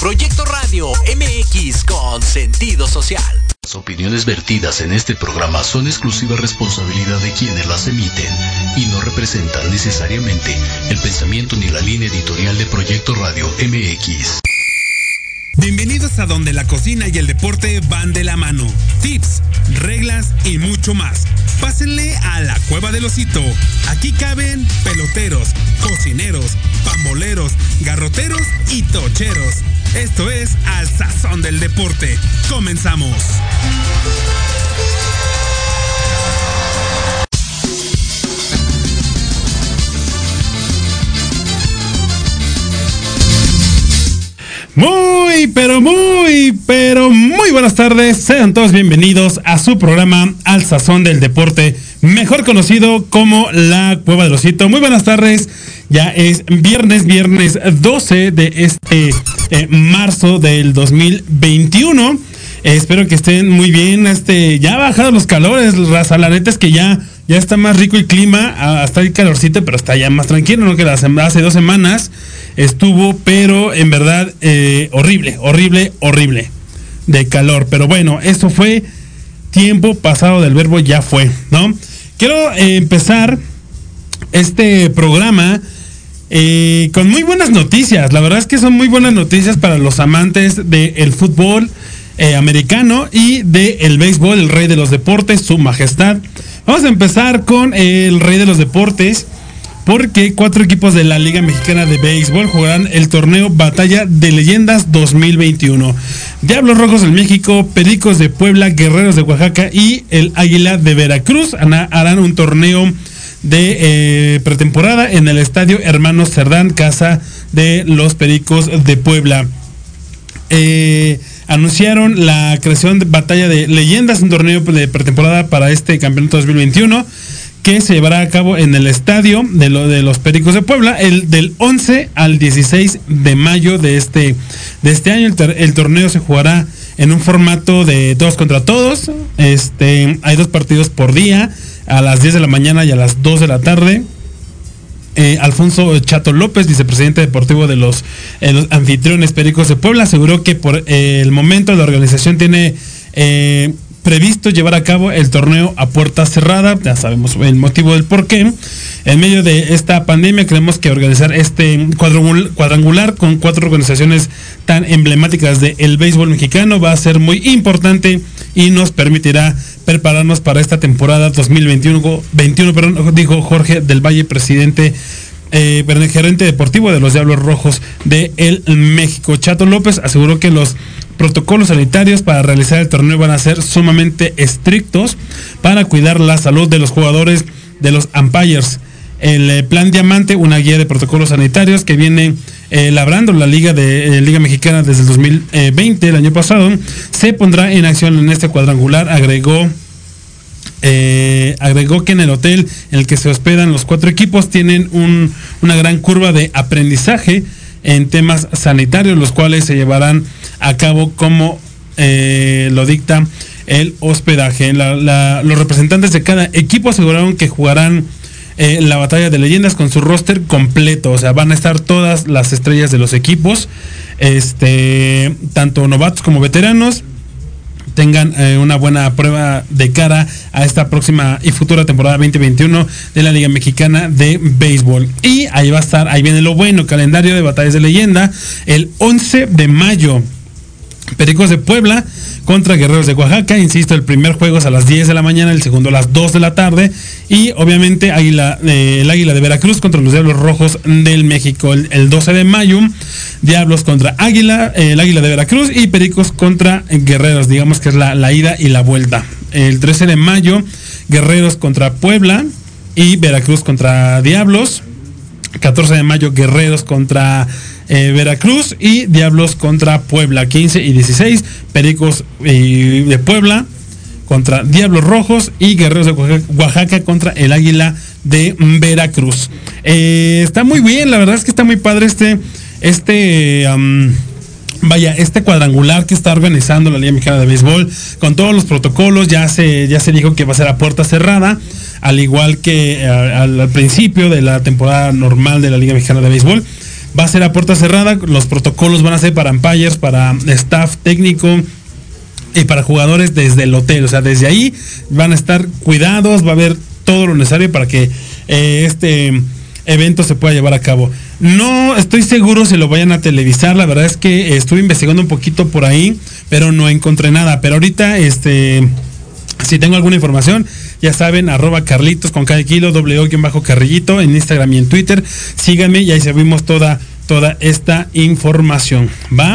Proyecto Radio MX con sentido social. Las opiniones vertidas en este programa son exclusiva responsabilidad de quienes las emiten y no representan necesariamente el pensamiento ni la línea editorial de Proyecto Radio MX. Bienvenidos a donde la cocina y el deporte van de la mano. Tips, reglas y mucho más. Pásenle a la Cueva del Osito. Aquí caben peloteros, cocineros, pamboleros, garroteros y tocheros. Esto es Al Sazón del Deporte. Comenzamos. Muy buenas tardes. Sean todos bienvenidos a su programa Al Sazón del Deporte, mejor conocido como La Cueva del Osito. Muy buenas tardes. Ya es viernes 12 de este marzo del 2021. Espero que estén muy bien. Ya ha bajado los calores, raza. La neta es que ya está más rico el clima. Hasta el calorcito, pero está ya más tranquilo, ¿no? Que hace 2 semanas estuvo, pero en verdad horrible de calor. Pero bueno, eso fue tiempo pasado del verbo ya fue, ¿no? Quiero empezar este programa con muy buenas noticias. La verdad es que son muy buenas noticias para los amantes del fútbol americano y del béisbol, el rey de los deportes, su majestad. Vamos a empezar con el rey de los deportes, porque 4 equipos de la Liga Mexicana de Béisbol jugarán el torneo Batalla de Leyendas 2021. Diablos Rojos del México, Pericos de Puebla, Guerreros de Oaxaca y el Águila de Veracruz harán un torneo de pretemporada en el Estadio Hermanos Cerdán, casa de los Pericos de Puebla. Anunciaron la creación de Batalla de Leyendas, un torneo de pretemporada para este campeonato 2021, que se llevará a cabo en el estadio de los Pericos de Puebla, del 11 al 16 de mayo de este año. El torneo se jugará en un formato de todos contra todos. Hay 2 partidos por día, a las 10 de la mañana y a las 2 de la tarde. Alfonso Chato López, vicepresidente deportivo de los anfitriones Pericos de Puebla, aseguró que por el momento la organización tiene previsto llevar a cabo el torneo a puerta cerrada. Ya sabemos el motivo del por qué. En medio de esta pandemia, creemos que organizar este cuadrangular con 4 organizaciones tan emblemáticas del béisbol mexicano va a ser muy importante y nos permitirá prepararnos para esta temporada 2021, dijo Jorge del Valle, presidente, gerente deportivo de los Diablos Rojos de el México. Chato López aseguró que los protocolos sanitarios para realizar el torneo van a ser sumamente estrictos para cuidar la salud de los jugadores, de los umpires. El Plan Diamante, una guía de protocolos sanitarios que viene labrando la Liga Mexicana desde el 2020, el año pasado, se pondrá en acción en este cuadrangular. Agregó que en el hotel en el que se hospedan los 4 equipos tienen una gran curva de aprendizaje en temas sanitarios, los cuales se llevarán a cabo como lo dicta el hospedaje. Los representantes de cada equipo aseguraron que jugarán la Batalla de Leyendas con su roster completo. O sea, van a estar todas las estrellas de los equipos, tanto novatos como veteranos, tengan una buena prueba de cara a esta próxima y futura temporada 2021 de la Liga Mexicana de Béisbol. Y ahí va a estar, ahí viene lo bueno, calendario de batallas de leyenda. El 11 de mayo, Pericos de Puebla contra Guerreros de Oaxaca. Insisto, el primer juego es a las 10 de la mañana, el segundo a las 2 de la tarde. Y obviamente el Águila de Veracruz contra los Diablos Rojos del México. El 12 de mayo, Diablos contra Águila, el Águila de Veracruz, y Pericos contra Guerreros, digamos que es la ida y la vuelta. El 13 de mayo, Guerreros contra Puebla y Veracruz contra Diablos. 14 de mayo, Guerreros contra Veracruz y Diablos contra Puebla. 15 y 16, Pericos de Puebla contra Diablos Rojos y Guerreros de Oaxaca contra el Águila de Veracruz. Está muy bien, la verdad es que está muy padre este cuadrangular que está organizando la Liga Mexicana de Béisbol con todos los protocolos. Ya se dijo que va a ser a puerta cerrada, al igual que al principio de la temporada normal de la Liga Mexicana de Béisbol. Va a ser a puerta cerrada, los protocolos van a ser para umpires, para staff técnico y para jugadores desde el hotel. O sea, desde ahí van a estar cuidados, va a haber todo lo necesario para que este evento se pueda llevar a cabo. No estoy seguro si lo vayan a televisar, la verdad es que estuve investigando un poquito por ahí, pero no encontré nada. Pero ahorita, si tengo alguna información, ya saben, @Carlitos con cada kilo, _Carrillito en Instagram y en Twitter. Síganme y ahí subimos toda esta información, ¿va?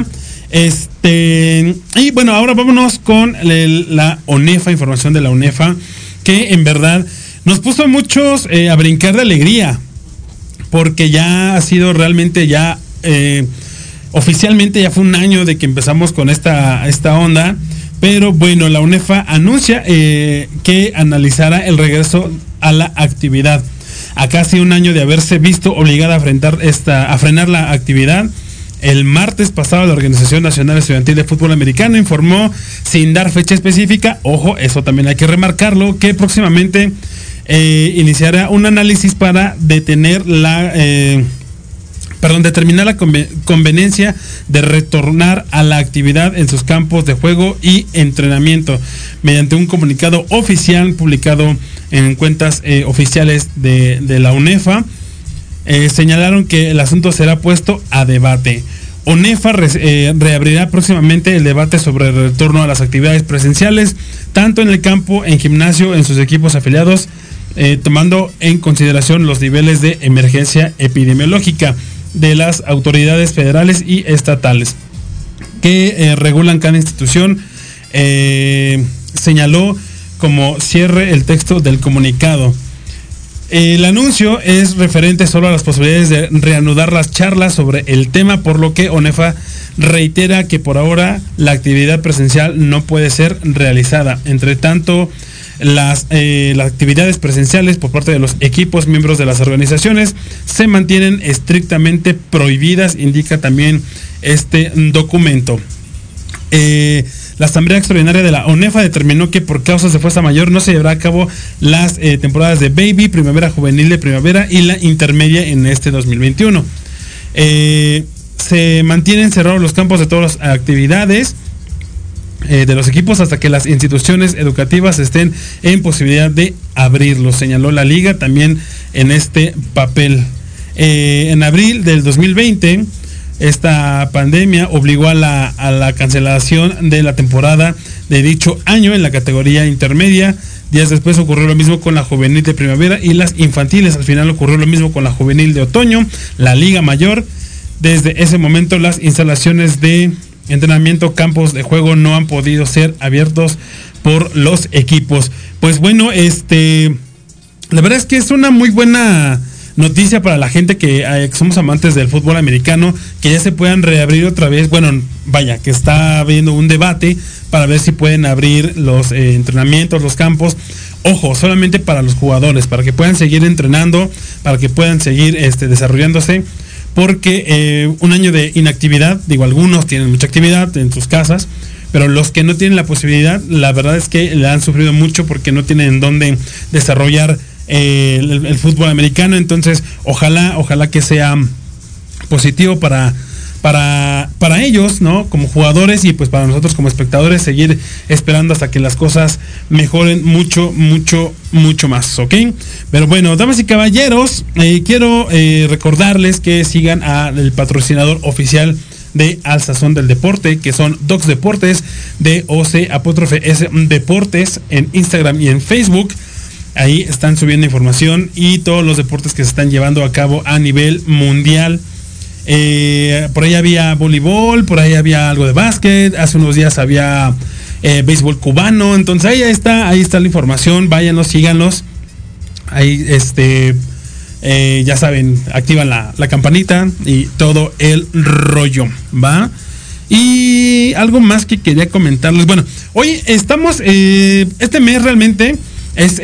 Y bueno, ahora vámonos con la ONEFA, información de la ONEFA, que en verdad nos puso a muchos a brincar de alegría, porque ya ha sido realmente oficialmente ya fue un año de que empezamos con esta onda. Pero bueno, la ONEFA anuncia que analizará el regreso a la actividad. A casi un año de haberse visto obligada a frenar la actividad, el martes pasado la Organización Nacional Estudiantil de Fútbol Americano informó, sin dar fecha específica, ojo, eso también hay que remarcarlo, que próximamente iniciará un análisis para determinar la conveniencia de retornar a la actividad en sus campos de juego y entrenamiento. Mediante un comunicado oficial publicado en cuentas oficiales de la ONEFA, señalaron que el asunto será puesto a debate. ONEFA reabrirá próximamente el debate sobre el retorno a las actividades presenciales, tanto en el campo, en gimnasio, en sus equipos afiliados, tomando en consideración los niveles de emergencia epidemiológica de las autoridades federales y estatales que regulan cada institución. Señaló como cierre el texto del comunicado. El anuncio es referente solo a las posibilidades de reanudar las charlas sobre el tema, por lo que ONEFA reitera que por ahora la actividad presencial no puede ser realizada. Entre tanto, las actividades presenciales por parte de los equipos miembros de las organizaciones se mantienen estrictamente prohibidas, indica también este documento. La Asamblea Extraordinaria de la ONEFA determinó que por causas de fuerza mayor no se llevará a cabo las temporadas de Baby, Primavera Juvenil de Primavera y la Intermedia en este 2021. Se mantienen cerrados los campos de todas las actividades de los equipos hasta que las instituciones educativas estén en posibilidad de abrirlos, señaló la liga también en este papel. En abril del 2020, esta pandemia obligó a la cancelación de la temporada de dicho año en la categoría intermedia. Días después ocurrió lo mismo con la juvenil de primavera y las infantiles. Al final ocurrió lo mismo con la juvenil de otoño, la liga mayor. Desde ese momento las instalaciones de entrenamiento, campos de juego no han podido ser abiertos por los equipos. Pues bueno, la verdad es que es una muy buena noticia para la gente que somos amantes del fútbol americano, que ya se puedan reabrir otra vez. Bueno, vaya, que está habiendo un debate para ver si pueden abrir los entrenamientos, los campos. Ojo, solamente para los jugadores, para que puedan seguir entrenando, para que puedan seguir desarrollándose, porque un año de inactividad, digo, algunos tienen mucha actividad en sus casas, pero los que no tienen la posibilidad, la verdad es que le han sufrido mucho porque no tienen en dónde desarrollar el fútbol americano. Entonces ojalá que sea positivo para ellos, ¿no? Como jugadores, y pues para nosotros como espectadores seguir esperando hasta que las cosas mejoren mucho más, ¿ok? Pero bueno, damas y caballeros, quiero recordarles que sigan al patrocinador oficial de Al Sazón del Deporte, que son Docs Deportes, DOC_S Deportes, en Instagram y en Facebook. Ahí están subiendo información y todos los deportes que se están llevando a cabo a nivel mundial. Por ahí había voleibol, por ahí había algo de básquet, hace unos días había béisbol cubano. Entonces ahí está la información, váyanos, síganlos. Ahí ya saben, activan la campanita y todo el rollo, ¿va? Y algo más que quería comentarles. Bueno, hoy estamos, este mes realmente es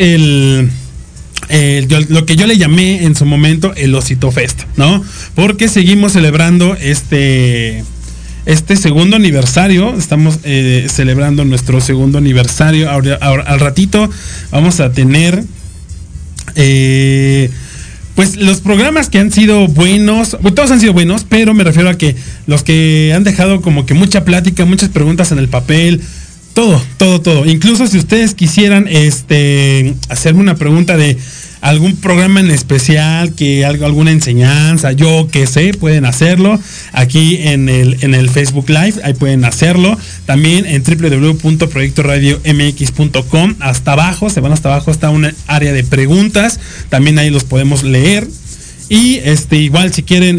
lo que yo le llamé en su momento el Osito Fest, ¿no? Porque seguimos celebrando este segundo aniversario. Estamos celebrando nuestro segundo aniversario. Ahora, al ratito vamos a tener pues los programas que han sido buenos, pues todos han sido buenos, pero me refiero a que los que han dejado como que mucha plática, muchas preguntas en el papel, todo. Incluso si ustedes quisieran hacerme una pregunta de algún programa en especial, alguna enseñanza, yo qué sé, pueden hacerlo aquí en el Facebook Live, ahí pueden hacerlo. También en www.proyectoradiomx.com, hasta abajo está un área de preguntas, también ahí los podemos leer. Y igual si quieren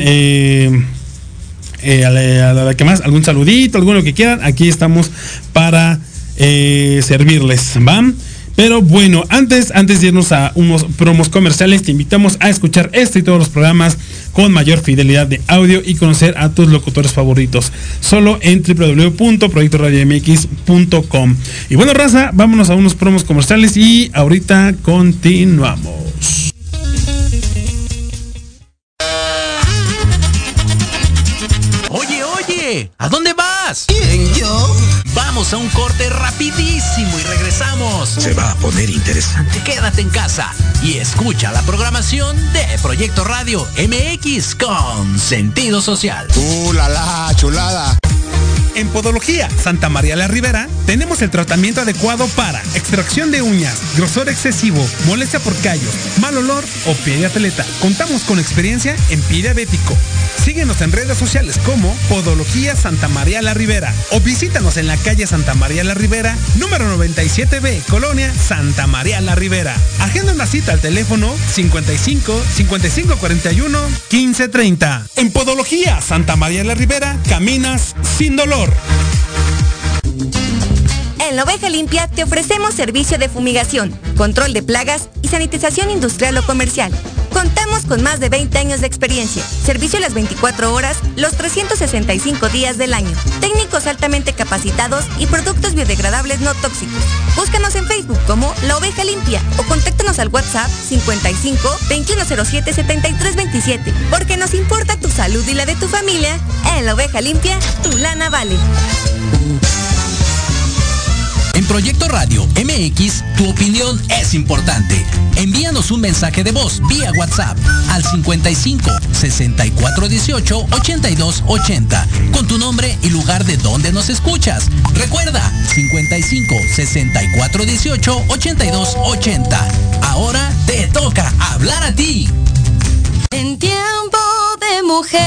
a la que más, algún saludito, alguno que quieran, aquí estamos para servirles, ¿va? Pero bueno, antes de irnos a unos promos comerciales, te invitamos a escuchar este y todos los programas con mayor fidelidad de audio y conocer a tus locutores favoritos. Solo en www.proyectoradiomx.com. Y bueno, raza, vámonos a unos promos comerciales y ahorita continuamos. Oye, ¿a dónde vas? ¿Quién, yo? Vamos a un corte rapidísimo y regresamos. Se va a poner interesante. Quédate en casa y escucha la programación de Proyecto Radio MX con sentido social. La chulada. En Podología Santa María la Ribera tenemos el tratamiento adecuado para extracción de uñas, grosor excesivo, molestia por callos, mal olor o pie de atleta. Contamos con experiencia en pie diabético. Síguenos en redes sociales como Podología Santa María la Ribera o visítanos en la calle Santa María la Ribera, número 97B, Colonia Santa María la Ribera. Agenda una cita al teléfono 55 55 41 15 30. En Podología Santa María la Ribera caminas sin dolor. En La Oveja Limpia te ofrecemos servicio de fumigación, control de plagas y sanitización industrial o comercial. Contamos con más de 20 años de experiencia, servicio a las 24 horas, los 365 días del año, técnicos altamente capacitados y productos biodegradables no tóxicos. Búscanos en Facebook como La Oveja Limpia o contáctanos al WhatsApp 55 2107 7327, porque nos importa tu salud y la de tu familia. En La Oveja Limpia, tu lana vale. En Proyecto Radio MX, tu opinión es importante. Envíanos un mensaje de voz vía WhatsApp al 55 64 18 82 80 con tu nombre y lugar de donde nos escuchas. Recuerda, 55 64 18 82 80. Ahora te toca hablar a ti. En tiempo de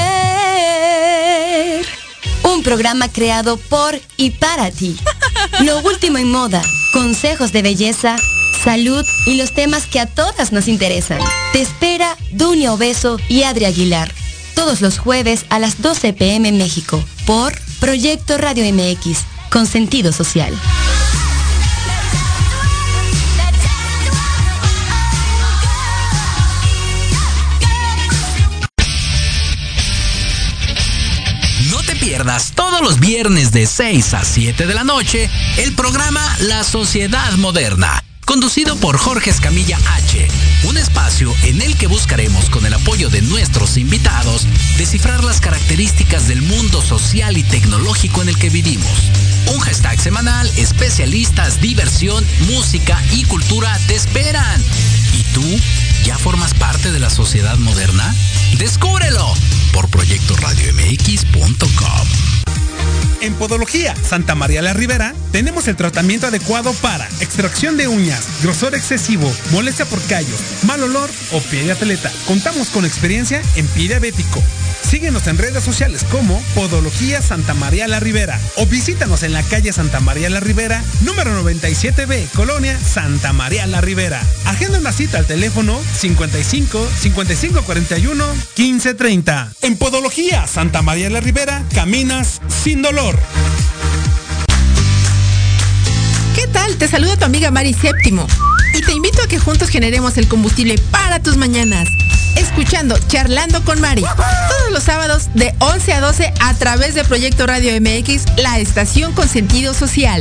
mujer. Un programa creado por y para ti. Lo último en moda, consejos de belleza, salud y los temas que a todas nos interesan. Te espera Dunia Obeso y Adri Aguilar. Todos los jueves a las 12 p.m. en México. Por Proyecto Radio MX, con sentido social. Pierdas todos los viernes de 6 a 7 de la noche el programa La Sociedad Moderna, conducido por Jorge Escamilla H, un espacio en el que buscaremos, con el apoyo de nuestros invitados, descifrar las características del mundo social y tecnológico en el que vivimos. Un hashtag semanal, especialistas, diversión, música y cultura te esperan. ¿Y tú ya formas parte de la sociedad moderna? ¡Descúbrelo! Por proyectoradiomx.com. En Podología Santa María la Ribera tenemos el tratamiento adecuado para extracción de uñas, grosor excesivo, molestia por callos, mal olor o pie de atleta. Contamos con experiencia en pie diabético. Síguenos en redes sociales como Podología Santa María la Ribera o visítanos en la calle Santa María la Ribera, número 97B, Colonia Santa María la Ribera. Agenda una cita al teléfono 55 55 41 15 30. En Podología Santa María la Ribera caminas sin dolor. ¿Qué tal? Te saluda tu amiga Mari Séptimo y te invito a que juntos generemos el combustible para tus mañanas, escuchando Charlando con Mari, todos los sábados de 11 a 12 a través de Proyecto Radio MX, la estación con sentido social.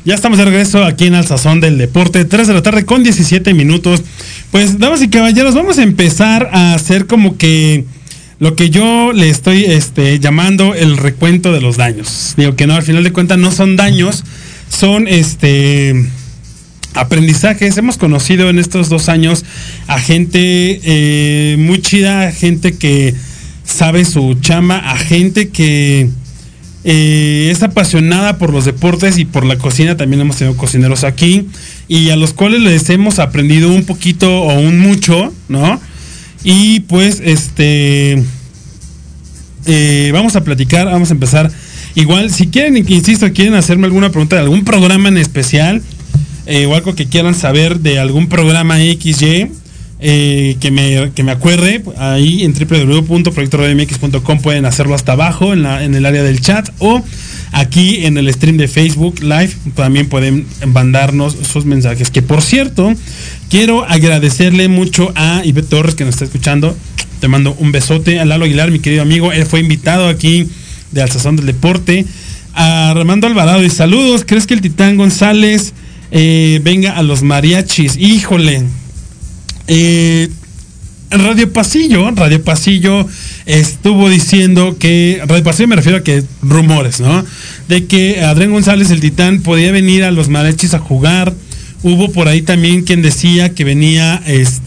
Ya estamos de regreso aquí en Al Sazón del Deporte, 3 de la tarde con 17 minutos. Pues, damas y caballeros, vamos a empezar a hacer como que lo que yo le estoy llamando el recuento de los daños. Digo que no, al final de cuentas no son daños, son aprendizajes. Hemos conocido en estos 2 años a gente muy chida, gente que sabe su chamba, a gente que es apasionada por los deportes y por la cocina. También hemos tenido cocineros aquí y a los cuales les hemos aprendido un poquito o un mucho, ¿no? Y pues vamos a platicar, vamos a empezar. Igual, si quieren, insisto, quieren hacerme alguna pregunta de algún programa en especial, o algo que quieran saber de algún programa XY, que me acuerde, ahí en www.proyectoradiomx.com pueden hacerlo hasta abajo en el área del chat, o aquí en el stream de Facebook Live también pueden mandarnos sus mensajes. Que por cierto, quiero agradecerle mucho a Ivette Torres, que nos está escuchando. Te mando un besote. A Lalo Aguilar, mi querido amigo, él fue invitado aquí de Al Sazón del Deporte. A Armando Alvarado, y saludos. ¿Crees que el Titán González venga a los mariachis? Híjole. Radio Pasillo estuvo diciendo que, Radio Pasillo me refiero a que rumores, ¿no? De que Adrián González, el Titán, podía venir a los mariachis a jugar. Hubo por ahí también quien decía que venía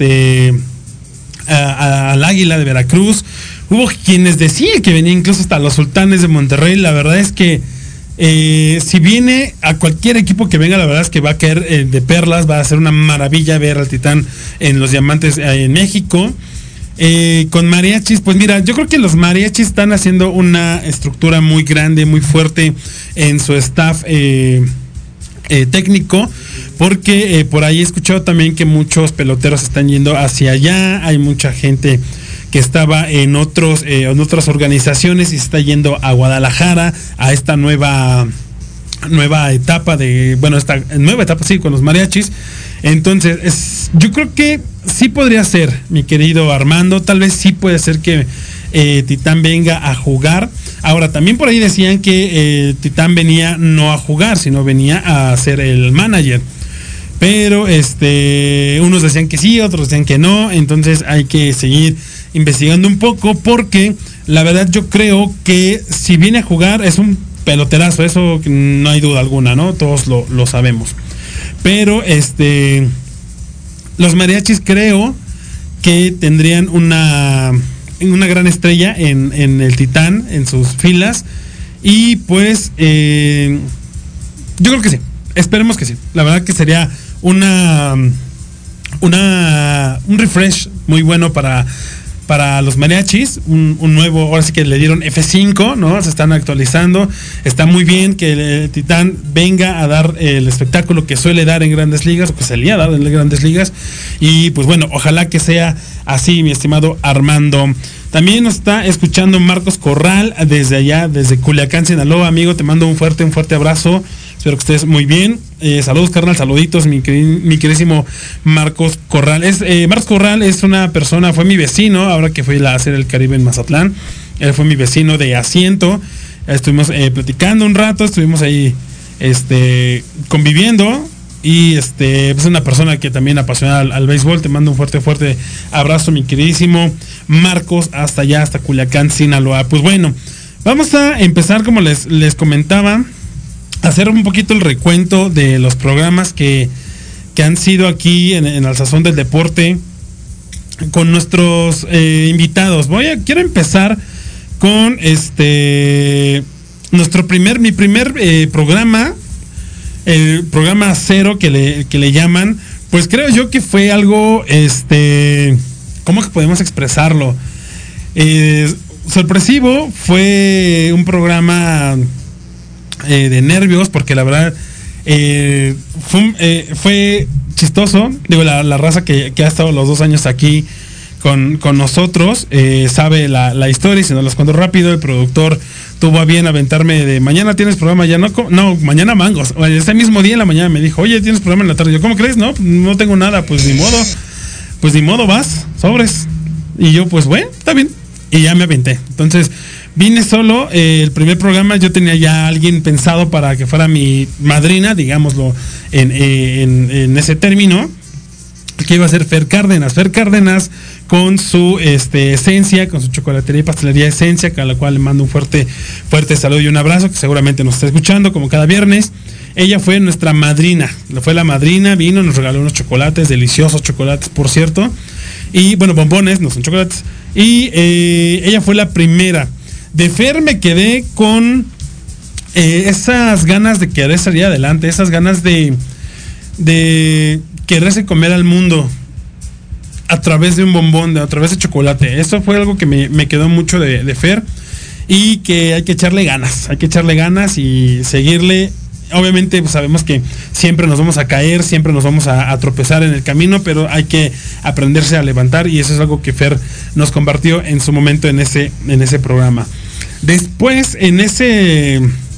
al Águila de Veracruz. Hubo quienes decían que venía incluso hasta los Sultanes de Monterrey. La verdad es que si viene a cualquier equipo que venga, la verdad es que va a caer de perlas. Va a ser una maravilla ver al Titán en los Diamantes en México. Con mariachis, pues mira, yo creo que los mariachis están haciendo una estructura muy grande, muy fuerte en su staff técnico, porque por ahí he escuchado también que muchos peloteros están yendo hacia allá. Hay mucha gente que estaba en otras organizaciones y se está yendo a Guadalajara a esta nueva etapa sí, con los mariachis. Entonces, yo creo que sí podría ser, mi querido Armando, tal vez sí puede ser que Titán venga a jugar. Ahora, también por ahí decían que Titán venía no a jugar, sino venía a ser el manager. Pero unos decían que sí, otros decían que no. Entonces hay que seguir investigando un poco, porque la verdad yo creo que si viene a jugar es un peloterazo, eso no hay duda alguna, ¿no? Todos lo sabemos. Pero los mariachis creo que tendrían una gran estrella en el Titán, en sus filas. Y pues yo creo que sí, esperemos que sí. La verdad que sería un refresh muy bueno para los mariachis, un nuevo, ahora sí que le dieron F5, ¿no? Se están actualizando. Está muy bien que el Titán venga a dar el espectáculo que suele dar en Grandes Ligas, o que solía dar en Grandes Ligas. Y pues bueno, ojalá que sea así, mi estimado Armando. También nos está escuchando Marcos Corral desde allá, desde Culiacán, Sinaloa. Amigo, te mando un fuerte abrazo. Espero que estés muy bien. Saludos, carnal, saluditos, mi queridísimo Marcos Corral. Marcos Corral es una persona, fue mi vecino, ahora que fui a hacer el Caribe en Mazatlán. Él fue mi vecino de asiento. Estuvimos platicando un rato, estuvimos ahí conviviendo. Y es una persona que también apasiona al béisbol. Te mando un fuerte abrazo, mi queridísimo Marcos, hasta allá, hasta Culiacán, Sinaloa. Pues bueno, vamos a empezar, como les comentaba, hacer un poquito el recuento de los programas que han sido aquí en Al Sazón del Deporte con nuestros invitados. Quiero empezar con mi primer programa, el programa 0 que le llaman. Pues creo yo que fue algo, ¿cómo que podemos expresarlo? Sorpresivo. Fue un programa de nervios, porque la verdad fue chistoso. Digo, la raza que ha estado los 2 años aquí con nosotros sabe la historia, y si no las cuento rápido. El productor tuvo a bien aventarme de: mañana tienes programa. Ya no, mañana mangos. Ese mismo día en la mañana me dijo: oye, tienes programa en la tarde. Yo: ¿cómo crees? No tengo nada. Pues ni modo, vas, sobres. Y yo: pues bueno, está bien. y ya me aventé. Entonces vine solo. El primer programa yo tenía ya a alguien pensado para que fuera mi madrina, digámoslo en ese término, que iba a ser Fer Cárdenas. Fer Cárdenas con su Esencia, con su chocolatería y pastelería Esencia, a la cual le mando un fuerte saludo y un abrazo, que seguramente nos está escuchando como cada viernes. Ella fue nuestra madrina, fue la madrina, vino, nos regaló unos chocolates, deliciosos chocolates, por cierto, y bueno, bombones, no son chocolates, y ella fue la primera. De Fer me quedé con esas ganas de querer salir adelante, esas ganas de quererse comer al mundo a través de un bombón, a través de chocolate. Eso fue algo que me quedó mucho de Fer, y que hay que echarle ganas y seguirle. Obviamente pues, sabemos que siempre nos vamos a caer, siempre nos vamos a tropezar en el camino, pero hay que aprenderse a levantar, y eso es algo que Fer nos compartió en su momento en ese programa. Después, en ese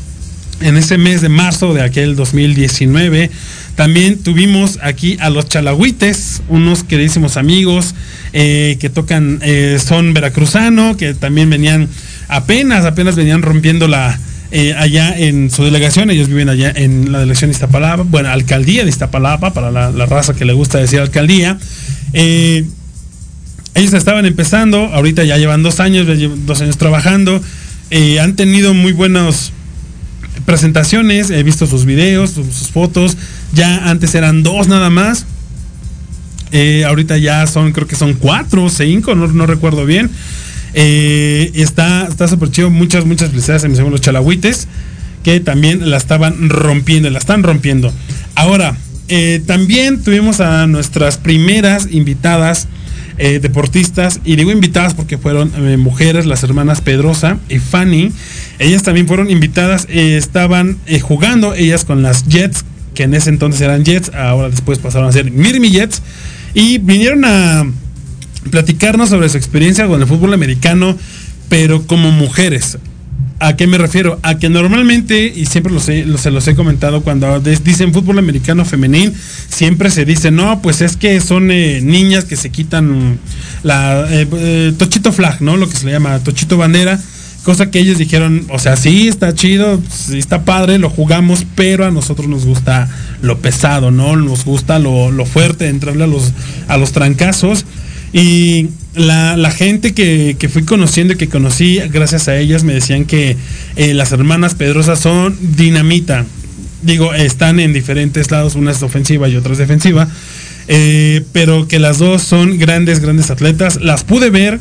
mes de marzo de aquel 2019, también tuvimos aquí a los Chalagüites, unos queridísimos amigos que tocan son veracruzano, que también venían apenas venían rompiendo allá en su delegación. Ellos viven allá en la delegación de Iztapalapa, bueno, alcaldía de Iztapalapa, para la raza que le gusta decir alcaldía. Ellos estaban empezando, ahorita ya llevan 2 años trabajando, han tenido muy buenas presentaciones, he visto sus videos, sus fotos. Ya antes eran 2 nada más, ahorita ya creo que son 4 o 5, no recuerdo bien. Está súper chido. Muchas felicidades a mis amigos los Chalagüites, que también la están rompiendo. Ahora, también tuvimos a nuestras primeras invitadas deportistas, y digo invitadas porque fueron mujeres, las hermanas Pedrosa y Fanny. Ellas también fueron invitadas, estaban jugando ellas con las Jets, que en ese entonces eran Jets, ahora después pasaron a ser Mirmi Jets, y vinieron a platicarnos sobre su experiencia con el fútbol americano, pero como mujeres. ¿A qué me refiero? A que normalmente, y siempre se los he comentado, cuando dicen fútbol americano femenil, siempre se dice, no, pues es que son niñas que se quitan la tochito flag, ¿no? Lo que se le llama tochito bandera, cosa que ellos dijeron, o sea, sí, está chido, sí está padre, lo jugamos, pero a nosotros nos gusta lo pesado, ¿no? Nos gusta lo fuerte, entrarle a los trancazos. Y la gente que fui conociendo y que conocí gracias a ellas me decían que las hermanas Pedrosa son dinamita. Digo, están en diferentes lados, una es ofensiva y otra es defensiva, pero que las dos son grandes atletas. Las pude ver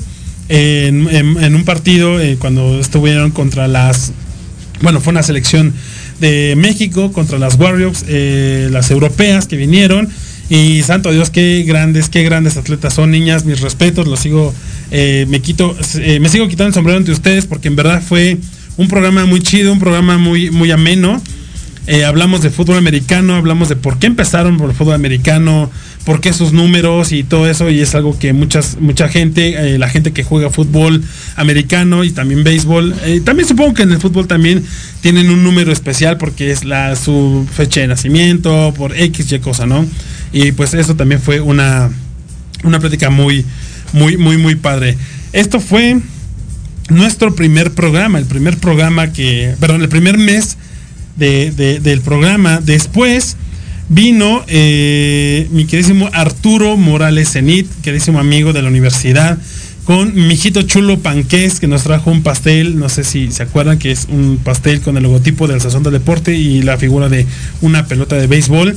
en un partido cuando estuvieron contra fue una selección de México contra las Warriors, las europeas que vinieron. Y santo Dios, qué grandes atletas son, niñas, mis respetos, los sigo, me sigo quitando el sombrero ante ustedes, porque en verdad fue un programa muy chido, un programa muy ameno. Hablamos de fútbol americano, hablamos de por qué empezaron por el fútbol americano, por qué sus números y todo eso, y es algo que mucha gente, la gente que juega fútbol americano y también béisbol, también supongo que en el fútbol también tienen un número especial porque es su fecha de nacimiento, por X y cosa, ¿no? Y pues eso también fue una plática muy padre. Esto fue nuestro primer programa, el primer mes del programa. Después vino mi queridísimo Arturo Morales Zenit, queridísimo amigo de la universidad, con Mijito Chulo Panqués, que nos trajo un pastel, no sé si se acuerdan, que es un pastel con el logotipo del Sazón del Deporte y la figura de una pelota de béisbol.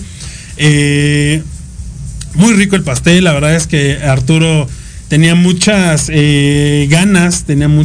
Muy rico el pastel. La verdad es que Arturo tenía muchas ganas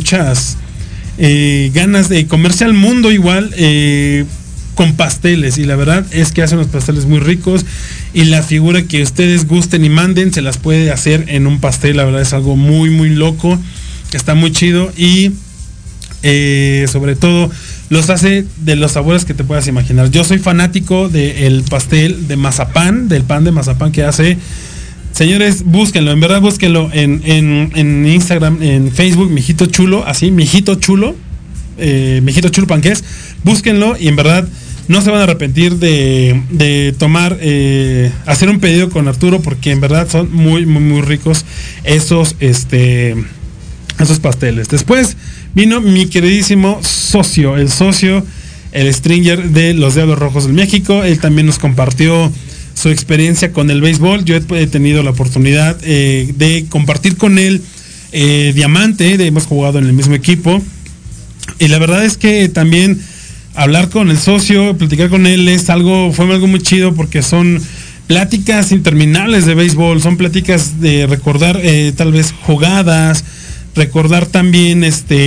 de comerse al mundo igual con pasteles, y la verdad es que hace unos pasteles muy ricos, y la figura que ustedes gusten y manden se las puede hacer en un pastel. La verdad es algo muy loco, está muy chido, y sobre todo los hace de los sabores que te puedas imaginar. Yo soy fanático del pastel de mazapán, del pan de mazapán que hace. Señores, búsquenlo, en verdad búsquenlo en Instagram, en Facebook, Mijito Chulo, así, Mijito Chulo Panqués, búsquenlo, y en verdad no se van a arrepentir de tomar, hacer un pedido con Arturo, porque en verdad son muy ricos esos esos pasteles. Después vino mi queridísimo socio, el Stringer de los Diablos Rojos del México. Él también nos compartió su experiencia con el béisbol. Yo he tenido la oportunidad de compartir con él Diamante, hemos jugado en el mismo equipo. Y la verdad es que también hablar con el socio, platicar con él fue algo muy chido, porque son pláticas interminables de béisbol, son pláticas de recordar tal vez jugadas, recordar también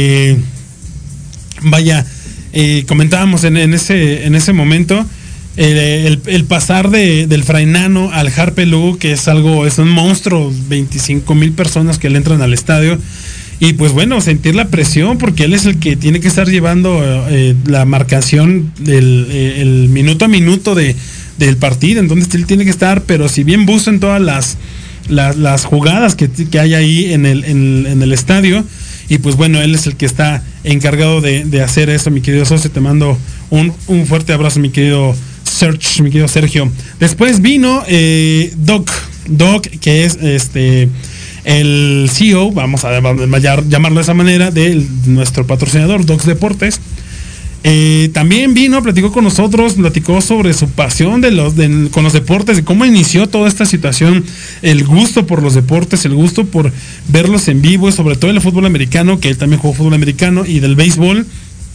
comentábamos en ese momento el pasar del Frainano al Harpelú, que es un monstruo, 25,000 personas que le entran al estadio. Y pues bueno, sentir la presión, porque él es el que tiene que estar llevando la marcación el minuto a minuto del partido. Entonces él tiene que estar, pero si bien buzo en todas las jugadas que hay ahí en el estadio. Y pues bueno, él es el que está encargado de hacer eso, mi querido socio. Te mando un fuerte abrazo, mi querido Sergio. Después vino Doc, que es el CEO, vamos a llamarlo de esa manera, de nuestro patrocinador, Docs Deportes. También vino, platicó con nosotros, platicó sobre su pasión con los deportes, de cómo inició toda esta situación, el gusto por los deportes, el gusto por verlos en vivo, y sobre todo el fútbol americano, que él también jugó fútbol americano, y del béisbol,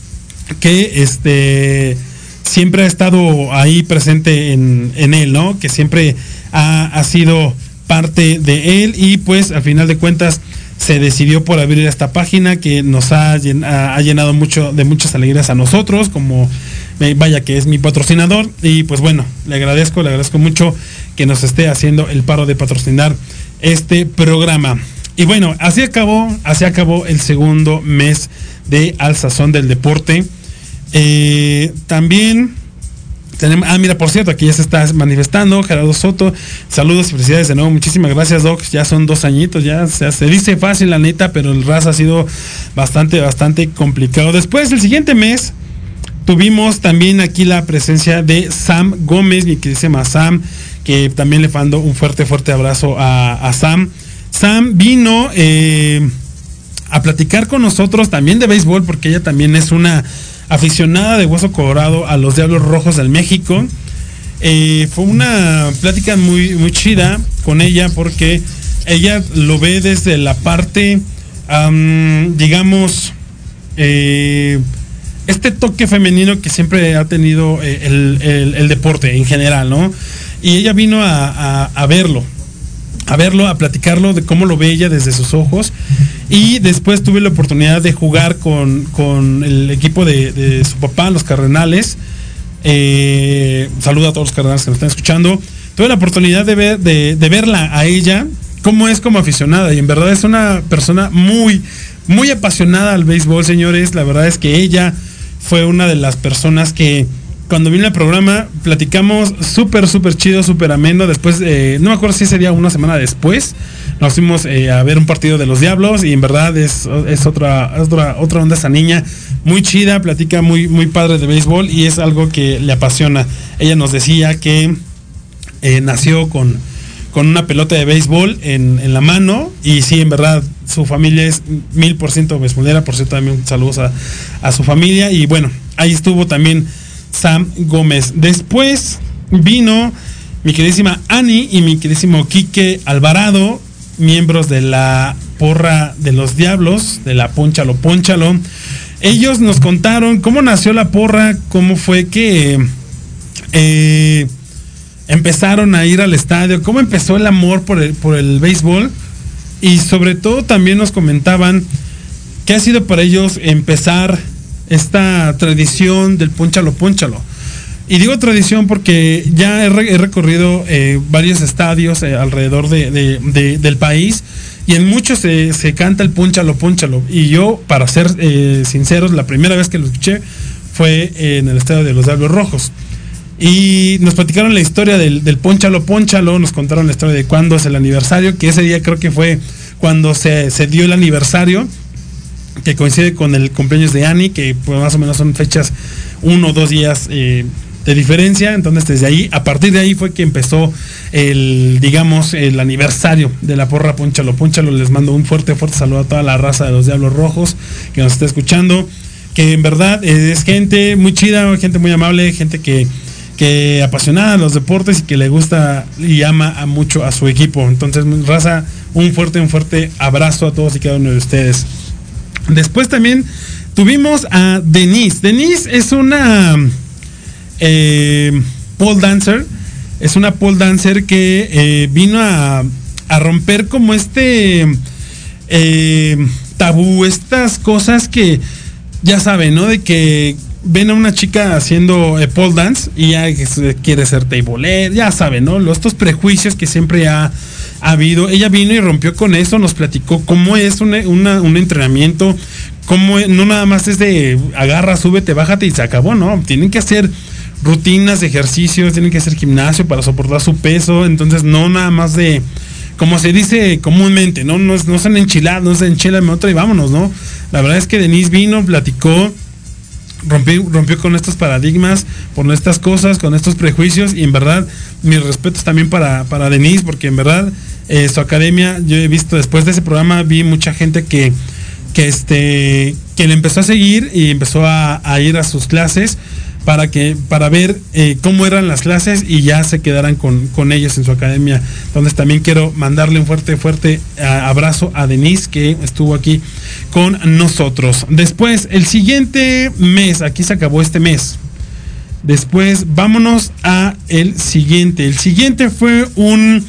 que siempre ha estado ahí presente en él, ¿no? Que siempre ha sido parte de él, y pues al final de cuentas se decidió por abrir esta página que nos ha llenado de muchas alegrías a nosotros, como vaya que es mi patrocinador. Y pues bueno, le agradezco mucho que nos esté haciendo el paro de patrocinar este programa. Y bueno, así acabó el segundo mes de Al Sazón del Deporte. También tenemos, mira, por cierto, aquí ya se está manifestando Gerardo Soto. Saludos y felicidades de nuevo. Muchísimas gracias, Doc. Ya son 2 añitos, ya se dice fácil, la neta, pero el RAS ha sido bastante complicado. Después, el siguiente mes, tuvimos también aquí la presencia de Sam Gómez, mi queridísima Sam, que también le mando un fuerte abrazo a Sam. Sam vino a platicar con nosotros también de béisbol, porque ella también es una aficionada de hueso colorado a los Diablos Rojos del México. Fue una plática muy chida con ella, porque ella lo ve desde la parte, digamos, este toque femenino que siempre ha tenido el deporte en general, ¿no? Y ella vino a verlo, a platicarlo de cómo lo ve ella desde sus ojos. Y después tuve la oportunidad de jugar con el equipo de su papá, los Cardenales. Saludo a todos los Cardenales que nos están escuchando. Tuve la oportunidad de verla a ella, cómo es como aficionada. Y en verdad es una persona muy apasionada al béisbol, señores. La verdad es que ella fue una de las personas que, cuando vino al programa, platicamos súper chido, súper ameno. Después, no me acuerdo si ese día o una semana después, nos fuimos a ver un partido de los Diablos, y en verdad es otra onda esa niña, muy chida, platica muy padre de béisbol, y es algo que le apasiona. Ella nos decía que nació con una pelota de béisbol en la mano, y sí, en verdad, su familia es 1000% beisbolera. Por cierto, también saludos a su familia. Y bueno, ahí estuvo también Sam Gómez. Después vino mi queridísima Ani y mi queridísimo Quique Alvarado, miembros de la porra de los Diablos, de la Pónchalo. Ellos nos contaron cómo nació la porra, cómo fue que empezaron a ir al estadio, cómo empezó el amor por el béisbol, y sobre todo también nos comentaban qué ha sido para ellos empezar esta tradición del Pónchalo. Y digo tradición porque ya he recorrido varios estadios alrededor del país, y en muchos se canta el Pónchalo. Y yo, para ser sinceros, la primera vez que lo escuché fue en el estadio de los Diablos Rojos. Y nos platicaron la historia del Pónchalo, nos contaron la historia de cuándo es el aniversario, que ese día creo que fue cuando se dio el aniversario, que coincide con el cumpleaños de Ani, que pues más o menos son fechas 1 o 2 días diferencia. Entonces desde ahí, a partir de ahí fue que empezó el aniversario de la porra Pónchalo. Les mando un fuerte saludo a toda la raza de los Diablos Rojos que nos está escuchando, que en verdad es gente muy chida, gente muy amable, gente que apasionada de los deportes y que le gusta y ama mucho a su equipo. Entonces, raza, un fuerte abrazo a todos y cada uno de ustedes. Después también tuvimos a Denise. Denise es una pole dancer. Es una pole dancer que vino a romper como tabú, estas cosas que ya saben, ¿no? De que ven a una chica haciendo pole dance y ya quiere ser tableer, ya saben, ¿no? Estos prejuicios que siempre ha habido. Ella vino y rompió con eso, nos platicó cómo es un entrenamiento, cómo no nada más es de agarra, súbete, bájate y se acabó, ¿no? Tienen que hacer rutinas de ejercicios, tienen que hacer gimnasio para soportar su peso. Entonces no nada más de, como se dice comúnmente, no sean enchiladas, no se enchilame otra y vámonos, ¿no? La verdad es que Denise vino, platicó, rompió con estos paradigmas, con estas cosas, con estos prejuicios, y en verdad mis respetos también para Denise, porque en verdad su academia, yo he visto después de ese programa, vi mucha gente que le empezó a seguir y empezó a ir a sus clases para ver cómo eran las clases y ya se quedaran con ellos en su academia. Entonces también quiero mandarle un fuerte abrazo a Denise, que estuvo aquí con nosotros. Después, el siguiente mes, aquí se acabó este mes. Después vámonos a el siguiente. El siguiente fue un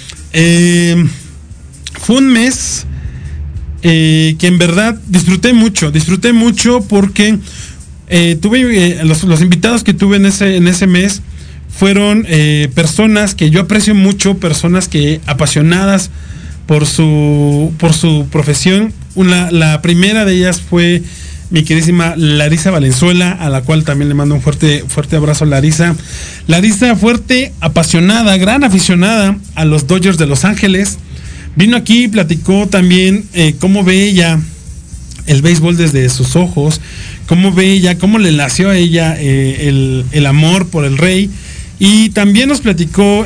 mes que en verdad disfruté mucho porque tuve los invitados que tuve en ese mes fueron personas que yo aprecio mucho, personas que apasionadas por su profesión. La primera de ellas fue mi queridísima Larisa Valenzuela, a la cual también le mando un fuerte abrazo a Larisa. Larisa, fuerte, apasionada, gran aficionada a los Dodgers de Los Ángeles. Vino aquí y platicó también cómo ve ella el béisbol desde sus ojos, cómo ve ella, cómo le nació a ella el amor por el Rey. Y también nos platicó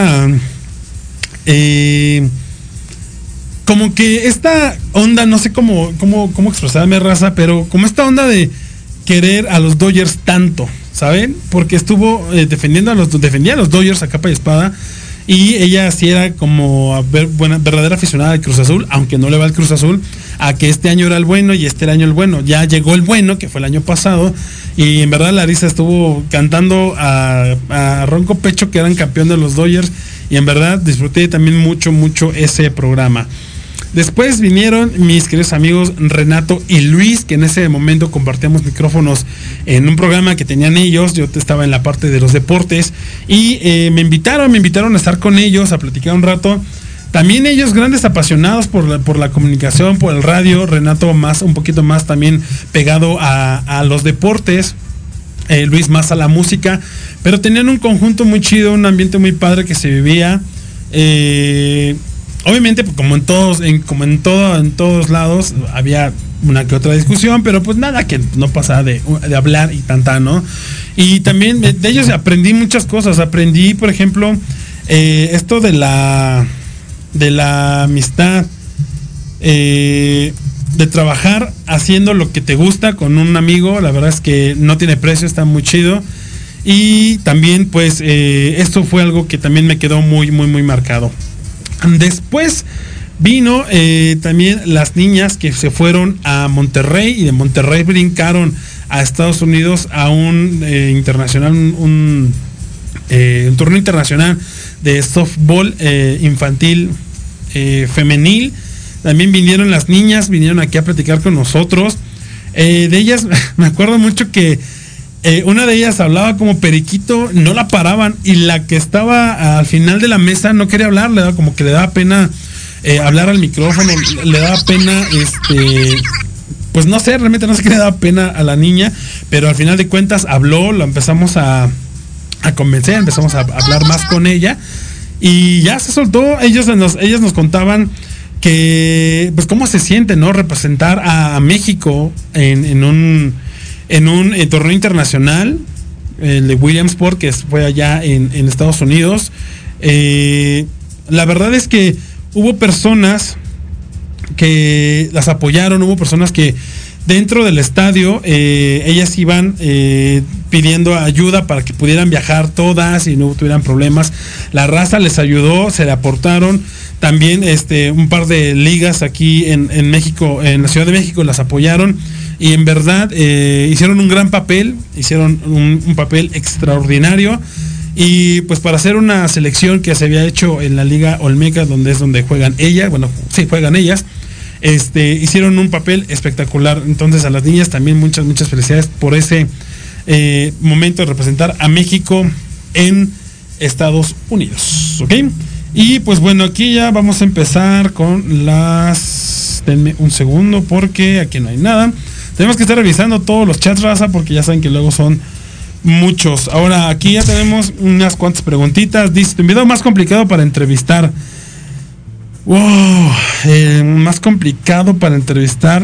como que esta onda, no sé cómo expresarme, raza, pero como esta onda de querer a los Dodgers tanto, ¿saben? Porque estuvo defendía a los Dodgers a capa y espada, y ella sí era como verdadera aficionada de Cruz Azul, aunque no le va al Cruz Azul, a que este año era el bueno y este año el bueno. Ya llegó el bueno, que fue el año pasado, y en verdad Larisa estuvo cantando a ronco pecho que eran campeón de los Dodgers, y en verdad disfruté también mucho ese programa. Después vinieron mis queridos amigos Renato y Luis, que en ese momento compartíamos micrófonos en un programa que tenían ellos. Yo estaba en la parte de los deportes y me invitaron a estar con ellos, a platicar un rato. También ellos grandes apasionados por la comunicación, por el radio. Renato un poquito más también pegado a los deportes. Luis más a la música, pero tenían un conjunto muy chido, un ambiente muy padre que se vivía. Obviamente, pues, como en todos lados había una que otra discusión, pero pues nada que no pasaba de hablar y tanta, ¿no? Y también de ellos aprendí muchas cosas. Aprendí, por ejemplo, esto de la amistad, de trabajar haciendo lo que te gusta con un amigo. La verdad es que no tiene precio, está muy chido. Y también pues esto fue algo que también me quedó muy marcado. Después vino también las niñas que se fueron a Monterrey, y de Monterrey brincaron a Estados Unidos a un internacional, un torneo internacional de softball infantil femenil. También vinieron las niñas, vinieron aquí a platicar con nosotros. De ellas me acuerdo mucho que una de ellas hablaba como periquito, no la paraban, y la que estaba al final de la mesa no quería hablar, le daba pena hablar al micrófono, le daba pena, pues no sé, realmente no sé qué le daba pena a la niña, pero al final de cuentas habló, la empezamos a convencer, empezamos a hablar más con ella, y ya se soltó. Ellas nos contaban que pues cómo se siente, ¿no? Representar a México en un torneo internacional, el de Williamsport, que fue allá en Estados Unidos. La verdad es que hubo personas que las apoyaron, hubo personas que dentro del estadio ellas iban pidiendo ayuda para que pudieran viajar todas y no tuvieran problemas. La raza les ayudó, se le aportaron. También un par de ligas aquí en México, en la Ciudad de México, las apoyaron y en verdad hicieron un gran papel, hicieron un papel extraordinario. Y pues para hacer una selección que se había hecho en la Liga Olmeca, donde juegan ellas, juegan ellas, hicieron un papel espectacular. Entonces a las niñas también muchas felicidades por ese momento de representar a México en Estados Unidos, ¿ok? Y pues bueno, aquí ya vamos a empezar con denme un segundo porque aquí no hay nada. Tenemos que estar revisando todos los chats, raza, porque ya saben que luego son muchos. Ahora aquí ya tenemos unas cuantas preguntitas. Dice, tu video más complicado para entrevistar. Wow, más complicado para entrevistar.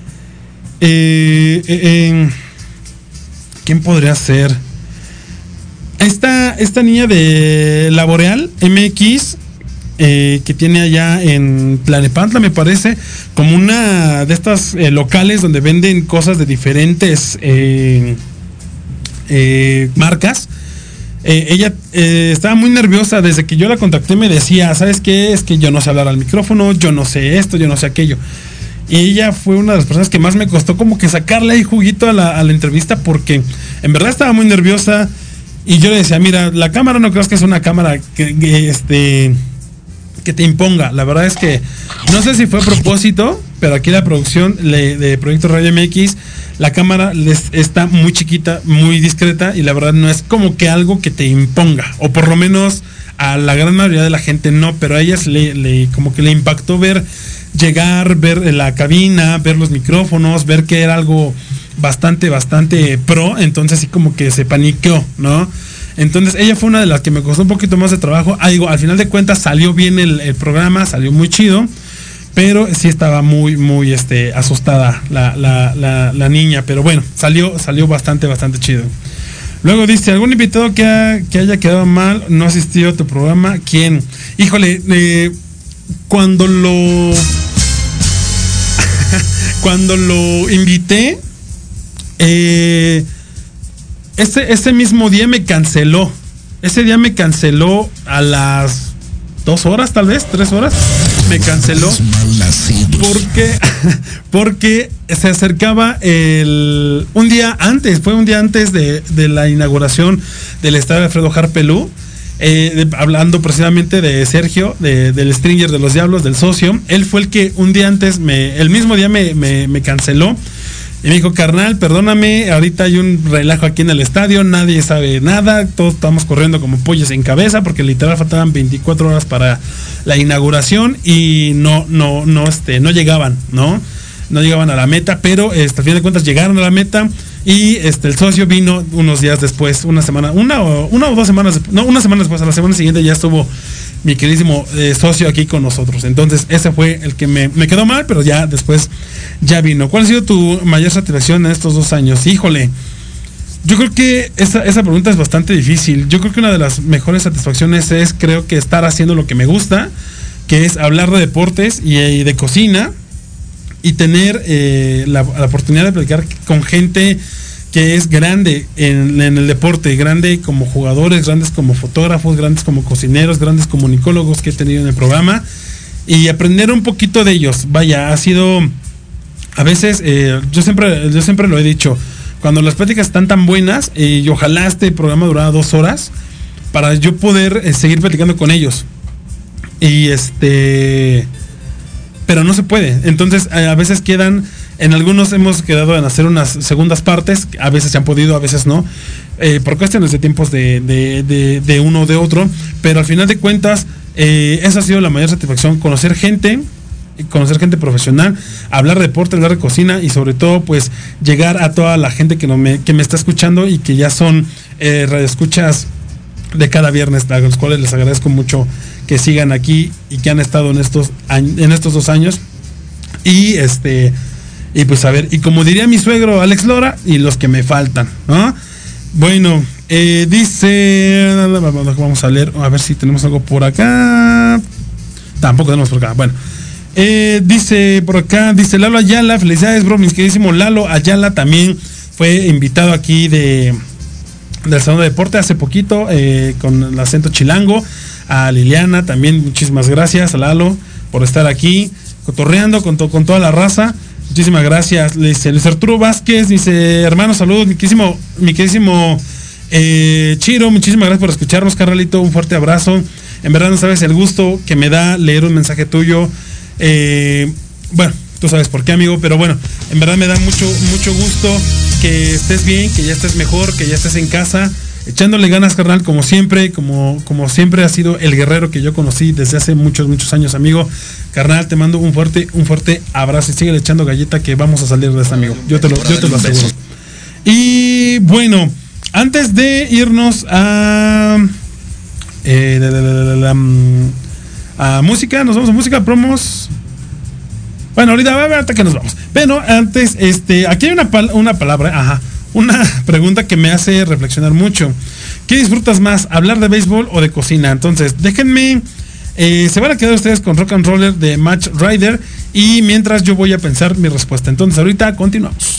¿Quién podría ser? Esta niña de La Boreal MX, que tiene allá en Tlalnepantla, me parece, como una de estas locales donde venden cosas de diferentes marcas. Ella estaba muy nerviosa. Desde que yo la contacté me decía, ¿sabes qué? Es que yo no sé hablar al micrófono, yo no sé esto, yo no sé aquello. Y ella fue una de las personas que más me costó como que sacarle ahí juguito a la entrevista, porque en verdad estaba muy nerviosa. Y yo le decía, mira, la cámara no creas que es una cámara que te imponga. La verdad es que no sé si fue a propósito, pero aquí la producción de Proyecto Radio MX, la cámara está muy chiquita, muy discreta, y la verdad no es como que algo que te imponga, o por lo menos a la gran mayoría de la gente no, pero a ellas como que le impactó ver la cabina, ver los micrófonos, ver que era algo bastante pro. Entonces sí como que se paniqueó, ¿no? Entonces ella fue una de las que me costó un poquito más de trabajo. Al final de cuentas salió bien el programa, salió muy chido, pero sí estaba muy asustada la niña, pero bueno, salió bastante chido. Luego dice, ¿algún invitado que haya quedado mal, no asistió a tu programa? ¿Quién? Híjole, cuando lo invité, ese mismo día me canceló. Ese día me canceló a las 2 horas, tal vez, 3 horas. Me canceló porque se acercaba un día antes de la inauguración del estadio Alfredo Harpelú. Hablando precisamente de Sergio, del Stringer de los Diablos, del socio. Él fue el que un día antes, el mismo día me canceló. Y me dijo, carnal, perdóname, ahorita hay un relajo aquí en el estadio, nadie sabe nada, todos estamos corriendo como pollos en cabeza, porque literal faltaban 24 horas para la inauguración y no llegaban, ¿no? No llegaban a la meta, pero al fin de cuentas llegaron a la meta. Y el socio vino unos días después, una semana después, a la semana siguiente ya estuvo mi queridísimo socio aquí con nosotros. Entonces ese fue el que me quedó mal, pero ya después ya vino. ¿Cuál ha sido tu mayor satisfacción en estos 2 años? Híjole, yo creo que esa pregunta es bastante difícil. Yo creo que una de las mejores satisfacciones es, creo que estar haciendo lo que me gusta, que es hablar de deportes y de cocina, y tener la oportunidad de platicar con gente que es grande en el deporte, grande como jugadores, grandes como fotógrafos, grandes como cocineros, grandes comunicólogos que he tenido en el programa, y aprender un poquito de ellos. Vaya, ha sido, a veces, yo siempre lo he dicho, cuando las pláticas están tan buenas, y ojalá este programa durara 2 horas, para yo poder seguir platicando con ellos. Y pero no se puede. Entonces a veces en algunos hemos quedado en hacer unas segundas partes, a veces se han podido, a veces no, por cuestiones de tiempos de uno o de otro, pero al final de cuentas esa ha sido la mayor satisfacción, conocer gente profesional, hablar de deporte, hablar de cocina, y sobre todo pues llegar a toda la gente que me está escuchando y que ya son radioescuchas de cada viernes, a los cuales les agradezco mucho que sigan aquí y que han estado en estos 2 años. Y pues a ver, y como diría mi suegro Alex Lora, y los que me faltan, ¿no? Bueno, Dice, vamos a leer, a ver si tenemos algo por acá. Tampoco tenemos por acá. Bueno, dice por acá, dice Lalo Ayala, felicidades, bro, mi queridísimo Lalo Ayala también fue invitado aquí del Salón de Deporte hace poquito, con el acento chilango. A Liliana también, muchísimas gracias a Lalo por estar aquí cotorreando con toda la raza. Muchísimas gracias. Le dice Luis Arturo Vázquez, dice, hermano, saludos, mi queridísimo Chiro, muchísimas gracias por escucharnos, carnalito, un fuerte abrazo. En verdad no sabes el gusto que me da leer un mensaje tuyo. Bueno, tú sabes por qué, amigo, pero bueno, en verdad me da mucho gusto que estés bien, que ya estés mejor, que ya estés en casa, echándole ganas, carnal, como siempre ha sido el guerrero que yo conocí desde hace muchos años, amigo. Carnal, te mando un fuerte abrazo y sigue echando galleta que vamos a salir de esta, amigo. Yo te lo aseguro. Y bueno, antes de irnos a música, nos vamos a música, promos. Bueno, ahorita que nos vamos. Pero antes, aquí hay una palabra, una pregunta que me hace reflexionar mucho. ¿Qué disfrutas más, hablar de béisbol o de cocina? Entonces, déjenme, se van a quedar ustedes con Rock and Roller de Match Rider y mientras yo voy a pensar mi respuesta. Entonces, ahorita continuamos.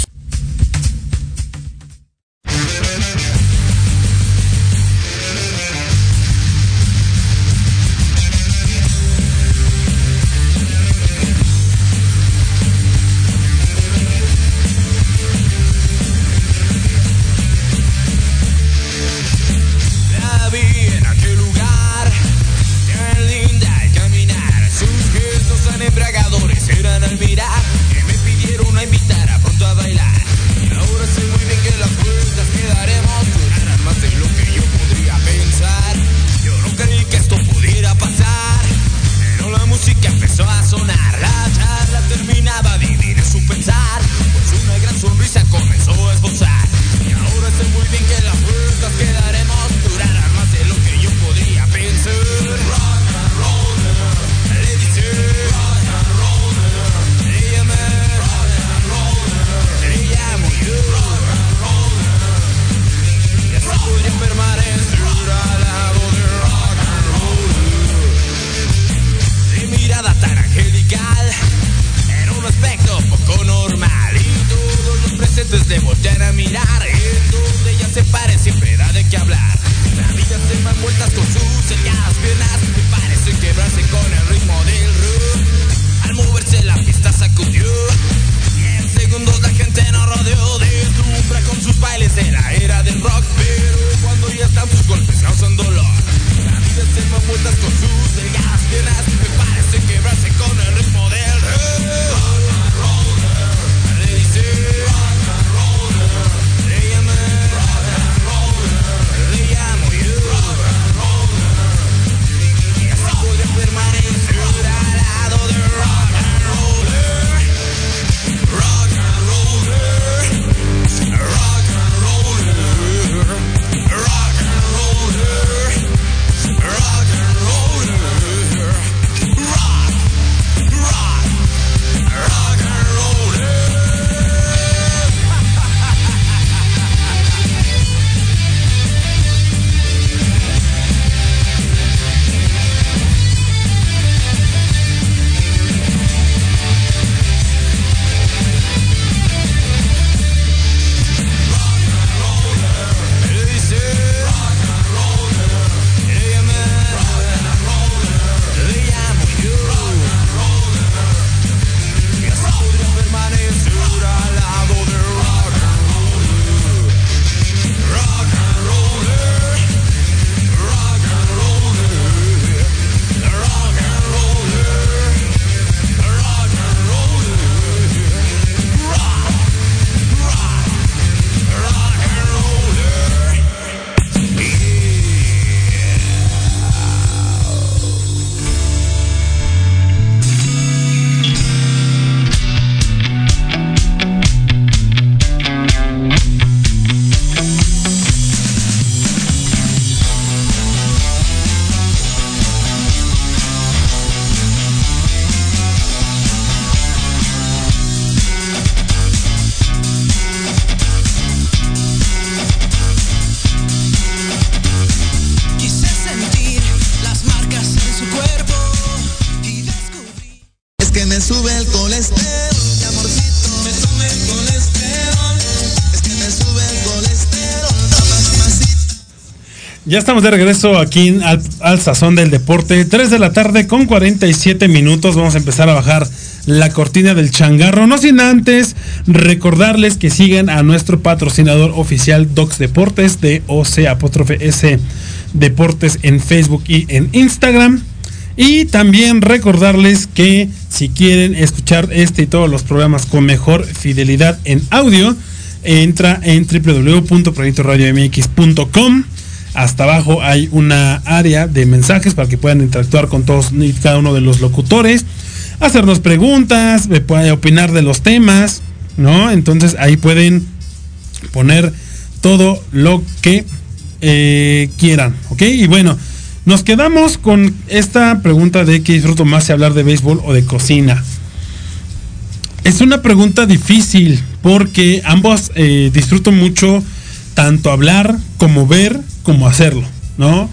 colesterol, mi amorcito, me sube el colesterol, es que me sube el colesterol, mamacita. Ya estamos de regreso aquí al Sazón del Deporte, 3 de la tarde con 47 minutos. Vamos a empezar a bajar la cortina del changarro, no sin antes recordarles que sigan a nuestro patrocinador oficial Docs Deportes, DOC_S Deportes en Facebook y en Instagram. Y también recordarles que si quieren escuchar este y todos los programas con mejor fidelidad en audio, entra en www.proyectoradiomx.com. Hasta abajo hay una área de mensajes para que puedan interactuar con todos y cada uno de los locutores, hacernos preguntas, opinar de los temas, ¿no? Entonces ahí pueden poner todo lo que quieran, ¿ok? Y bueno, nos quedamos con esta pregunta de ¿qué disfruto más, si hablar de béisbol o de cocina? Es una pregunta difícil porque ambos disfruto mucho, tanto hablar como ver como hacerlo, ¿no?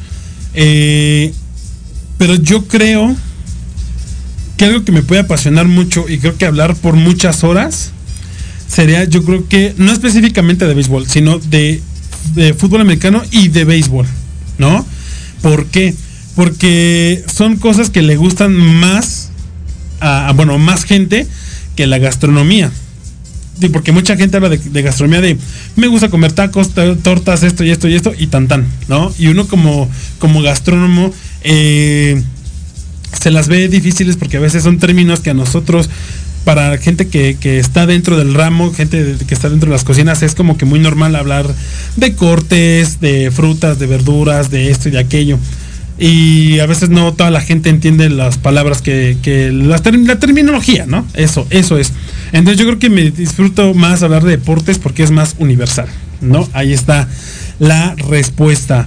Pero yo creo que algo que me puede apasionar mucho y creo que hablar por muchas horas sería, yo creo que no específicamente de béisbol, sino de fútbol americano y de béisbol, ¿no? ¿Por qué? Porque son cosas que le gustan más más gente que la gastronomía. Porque mucha gente habla de gastronomía, de me gusta comer tacos, tortas, esto y esto y esto y tan, ¿no? Y uno como gastrónomo se las ve difíciles porque a veces son términos que a nosotros, para gente que está dentro del ramo, gente que está dentro de las cocinas, es como que muy normal hablar de cortes, de frutas, de verduras, de esto y de aquello. Y a veces no toda la gente entiende las palabras la terminología, ¿no? Eso es. Entonces yo creo que me disfruto más hablar de deportes porque es más universal, ¿no? Ahí está la respuesta.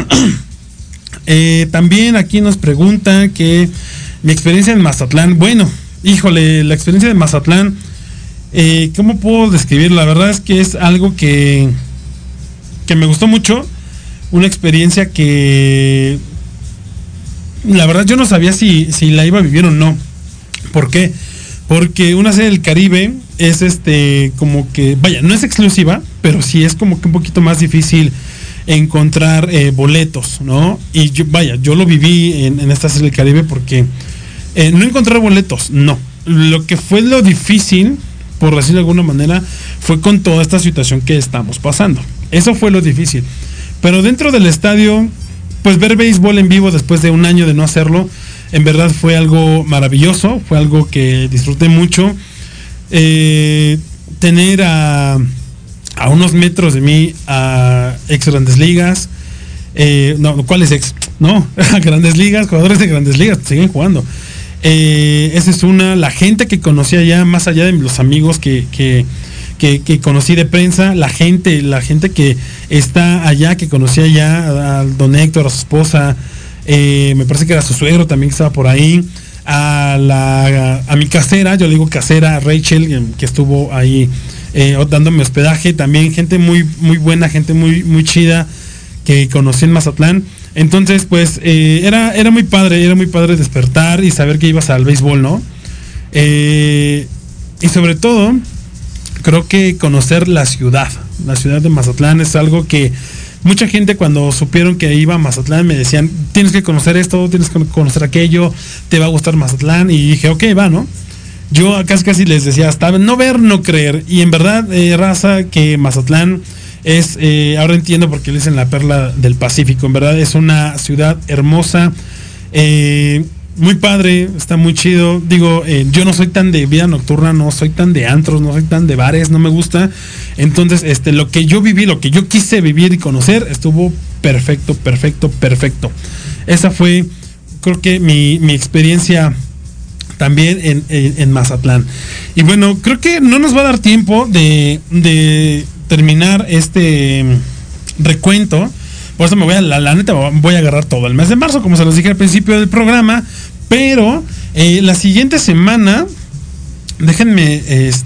También aquí nos preguntan que mi experiencia en Mazatlán. Bueno, híjole, la experiencia de Mazatlán, ¿cómo puedo describirlo? La verdad es que es algo que me gustó mucho. Una experiencia que la verdad yo no sabía si la iba a vivir o no. ¿Por qué? Porque una serie del Caribe es como que, vaya, no es exclusiva, pero sí es como que un poquito más difícil encontrar boletos, ¿no? Y yo lo viví en esta serie del Caribe porque no encontrar boletos, no. Lo que fue lo difícil, por decirlo de alguna manera, fue con toda esta situación que estamos pasando. Eso fue lo difícil. Pero dentro del estadio, pues ver béisbol en vivo después de un año de no hacerlo, en verdad fue algo maravilloso, fue algo que disfruté mucho. Tener a unos metros de mí a ex Grandes Ligas, ¿cuáles ex? No, a Grandes Ligas, jugadores de Grandes Ligas, siguen jugando. Esa es una, la gente que conocí allá, más allá de los amigos que conocí de prensa, la gente que está allá, que conocí allá, al don Héctor, a su esposa, me parece que era su suegro también que estaba por ahí, a mi casera, yo le digo casera, Rachel, que estuvo ahí dándome hospedaje, también gente muy, muy buena, gente muy, muy chida que conocí en Mazatlán. Entonces, pues, era muy padre despertar y saber que ibas al béisbol, ¿no? Y sobre todo, creo que conocer la ciudad de Mazatlán es algo que mucha gente, cuando supieron que iba a Mazatlán, me decían, tienes que conocer esto, tienes que conocer aquello, te va a gustar Mazatlán. Y dije, ok, va, ¿no? Yo casi les decía, hasta no ver, no creer. Y en verdad, raza, que Mazatlán es, ahora entiendo por qué le dicen la perla del Pacífico. En verdad es una ciudad hermosa, muy padre, está muy chido. Digo, yo no soy tan de vida nocturna, no soy tan de antros, no soy tan de bares, no me gusta. Entonces, lo que yo viví, lo que yo quise vivir y conocer, estuvo perfecto. Esa fue, creo que mi experiencia también en Mazatlán. Y bueno, creo que no nos va a dar tiempo de terminar este recuento. Por eso me voy la neta voy a agarrar todo el mes de marzo, como se los dije al principio del programa. Pero la siguiente semana, déjenme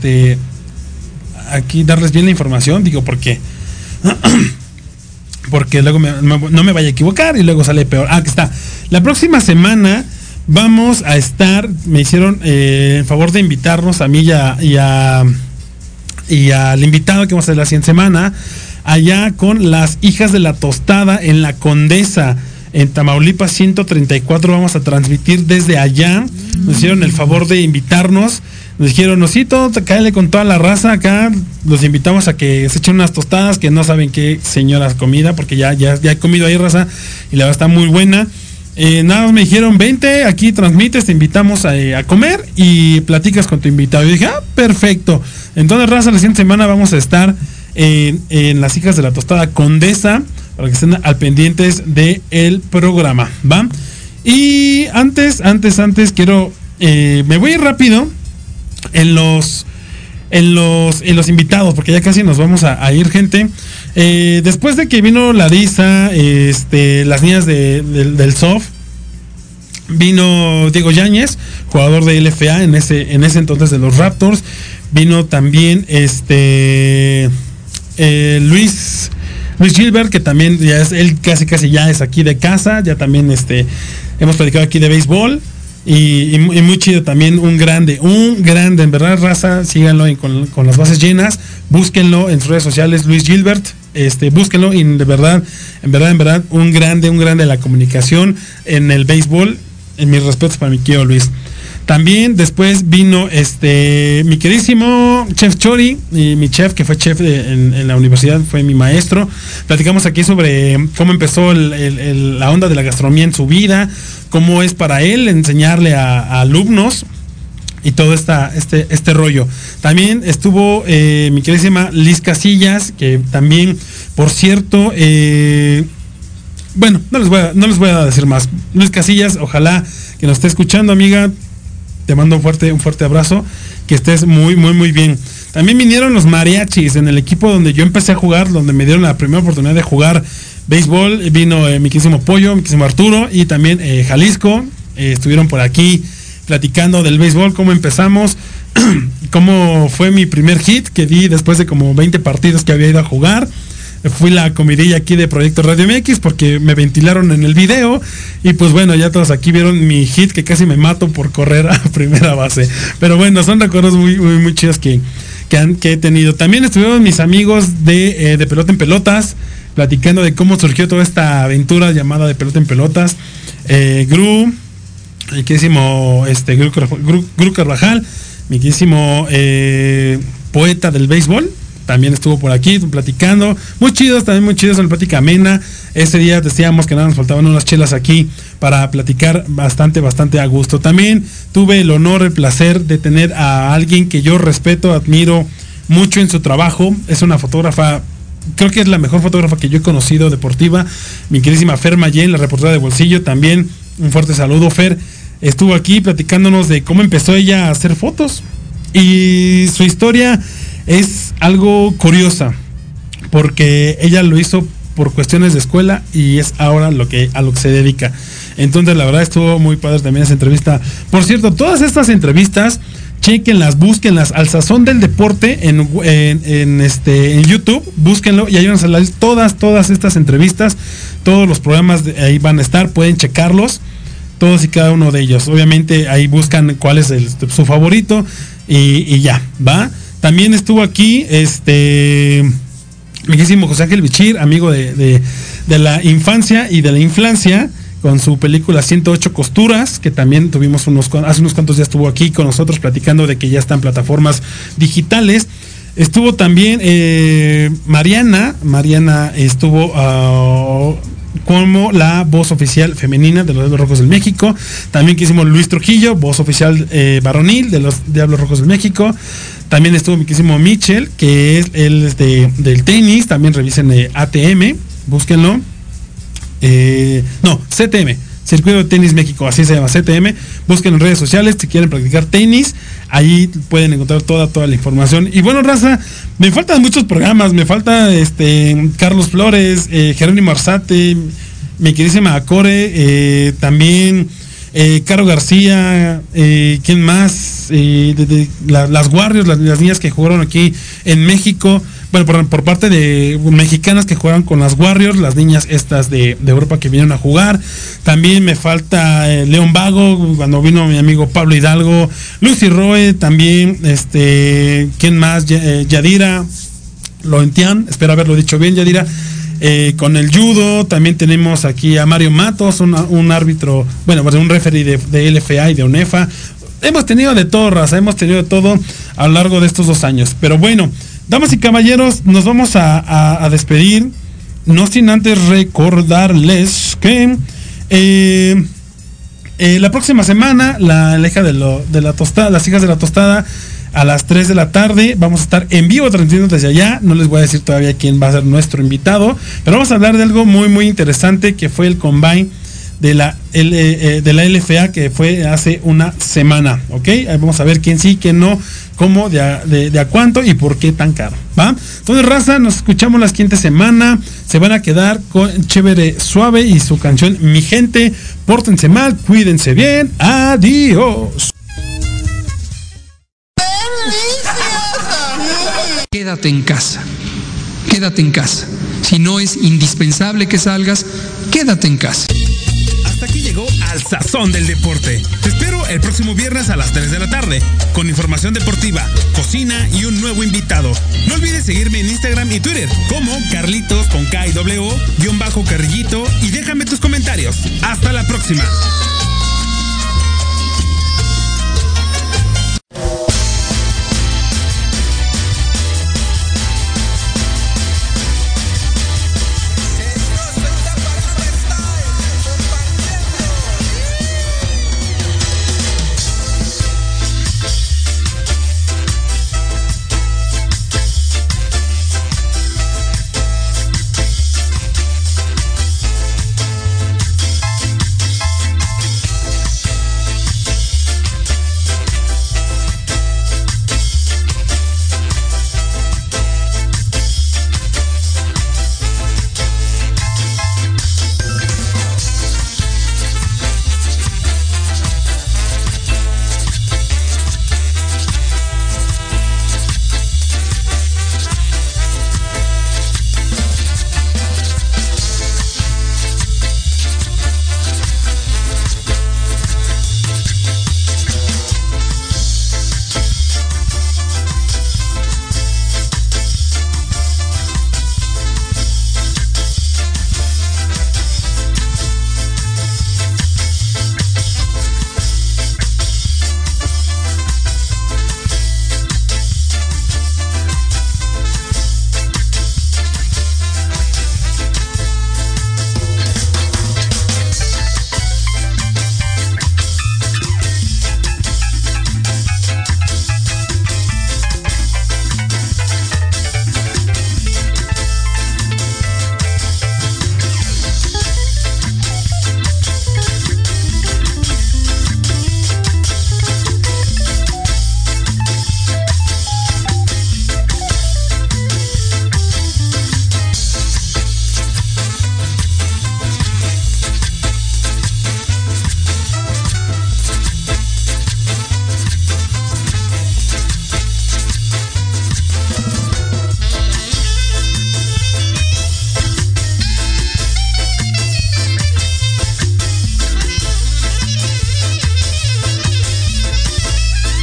aquí darles bien la información, digo, porque luego no me vaya a equivocar y luego sale peor. Aquí está. La próxima semana vamos a estar, me hicieron el favor de invitarnos a mí y al invitado que vamos a hacer la siguiente semana, allá con las Hijas de la Tostada en la Condesa, en Tamaulipas 134. Vamos a transmitir desde allá. Nos hicieron el favor de invitarnos. Nos dijeron, Osito, cállale con toda la raza acá. Los invitamos a que se echen unas tostadas, que no saben qué señora comida, porque ya he comido ahí, raza, y la verdad está muy buena. Nada más me dijeron, vente, aquí transmites, te invitamos a comer y platicas con tu invitado. Y dije, perfecto. Entonces, raza, la siguiente semana vamos a estar en las Hijas de la Tostada Condesa, para que estén al pendientes del programa, ¿va? Y antes quiero, me voy a ir rápido en los invitados, porque ya casi nos vamos a ir, gente. Después de que vino la Disa, las niñas del SOF, vino Diego Yáñez, jugador de LFA en ese entonces de los Raptors. Vino también Luis Gilbert, que también ya es, él casi ya es aquí de casa, ya también hemos platicado aquí de béisbol. Y muy chido también, un grande, en verdad, raza, síganlo con las bases llenas, búsquenlo en sus redes sociales, Luis Gilbert, búsquenlo, y en verdad, un grande de la comunicación en el béisbol. En mis respetos para mi querido Luis. También después vino mi queridísimo Chef Chori, y mi chef, que fue chef en la universidad, fue mi maestro. Platicamos aquí sobre cómo empezó la onda de la gastronomía en su vida, cómo es para él enseñarle a alumnos y todo este rollo. También estuvo mi queridísima Liz Casillas, que también, por cierto, bueno, no les voy a decir más. Liz Casillas, ojalá que nos esté escuchando, amiga. Te mando un fuerte abrazo, que estés muy bien. También vinieron los mariachis en el equipo donde yo empecé a jugar, donde me dieron la primera oportunidad de jugar béisbol. Vino mi queridísimo Pollo, mi queridísimo Arturo, y también Jalisco. Estuvieron por aquí platicando del béisbol, cómo empezamos, cómo fue mi primer hit que di después de como 20 partidos que había ido a jugar. Fui la comidilla aquí de Proyecto Radio MX porque me ventilaron en el video, y pues bueno, ya todos aquí vieron mi hit, que casi me mato por correr a primera base. Pero bueno, son recuerdos muy chidos que he tenido. También estuvieron mis amigos de Pelota en Pelotas, platicando de cómo surgió toda esta aventura llamada de Pelota en Pelotas. Gru, mi queridísimo Gru Carvajal, mi queridísimo poeta del béisbol, también estuvo por aquí platicando. Muy chidos, una plática amena. Ese día decíamos que nada, nos faltaban unas chelas aquí para platicar bastante a gusto. También tuve el honor, el placer de tener a alguien que yo respeto, admiro mucho en su trabajo. Es una fotógrafa, creo que es la mejor fotógrafa que yo he conocido deportiva, mi queridísima Fer Mayen, la reportera de Bolsillo. También un fuerte saludo, Fer. Estuvo aquí platicándonos de cómo empezó ella a hacer fotos, y su historia es algo curiosa, porque ella lo hizo por cuestiones de escuela y es ahora a lo que se dedica. Entonces, la verdad, estuvo muy padre también esa entrevista. Por cierto, todas estas entrevistas, chéquenlas, búsquenlas, Al Sazón del Deporte en YouTube, búsquenlo, y ahí van a salir todas estas entrevistas, todos los programas ahí van a estar, pueden checarlos, todos y cada uno de ellos. Obviamente ahí buscan cuál es su favorito y ya, ¿va? También estuvo aquí mi queridísimo José Ángel Bichir, amigo de la infancia y de la inflancia, con su película 108 Costuras, que también tuvimos hace unos cuantos días estuvo aquí con nosotros platicando de que ya están plataformas digitales. Estuvo también Mariana estuvo como la voz oficial femenina de los Diablos Rojos del México. También quisimos Luis Trujillo, voz oficial varonil de los Diablos Rojos del México. También estuvo mi queridísimo Michel, que él es del tenis. También revisen ATM, búsquenlo. CTM, Circuito de Tenis México, así se llama, CTM. Busquen en redes sociales si quieren practicar tenis. Ahí pueden encontrar toda la información. Y bueno, raza, me faltan muchos programas. Me falta Carlos Flores, Jerónimo Arzate, mi queridísima Acore, también Caro García, ¿quién más? Las Warriors, las niñas que jugaron aquí en México. bueno, por parte de mexicanas que juegan con las Warriors, las niñas estas de Europa que vinieron a jugar. También me falta León Vago, cuando vino mi amigo Pablo Hidalgo, Lucy Roe, también, ¿quién más? Yadira Loentian, espero haberlo dicho bien, Yadira. Con el judo, también tenemos aquí a Mario Matos, un árbitro, bueno, pues un referee de LFA y de UNEFA. Hemos tenido de todo, raza, hemos tenido de todo a lo largo de estos 2 años. Pero bueno, damas y caballeros, nos vamos a despedir, no sin antes recordarles que la próxima semana, la hija de la tostada, las hijas de la tostada, a las 3 de la tarde vamos a estar en vivo transmitiendo desde allá. No les voy a decir todavía quién va a ser nuestro invitado, pero vamos a hablar de algo muy muy interesante que fue el combine de la LFA que fue hace una semana, ¿ok? Ahí vamos a ver quién sí, quién no, cómo, de a cuánto y por qué tan caro, ¿va? Entonces, raza, nos escuchamos la siguiente semana. Se van a quedar con Chévere Suave y su canción Mi Gente. Pórtense mal, cuídense bien. Adiós. Quédate en casa, quédate en casa. Si no es indispensable que salgas, quédate en casa. Hasta aquí llegó Al Sazón del Deporte. Te espero el próximo viernes a las 3 de la tarde, con información deportiva, cocina y un nuevo invitado. No olvides seguirme en Instagram y Twitter como Carlitos con K y W _Carrillito y déjame tus comentarios. Hasta la próxima.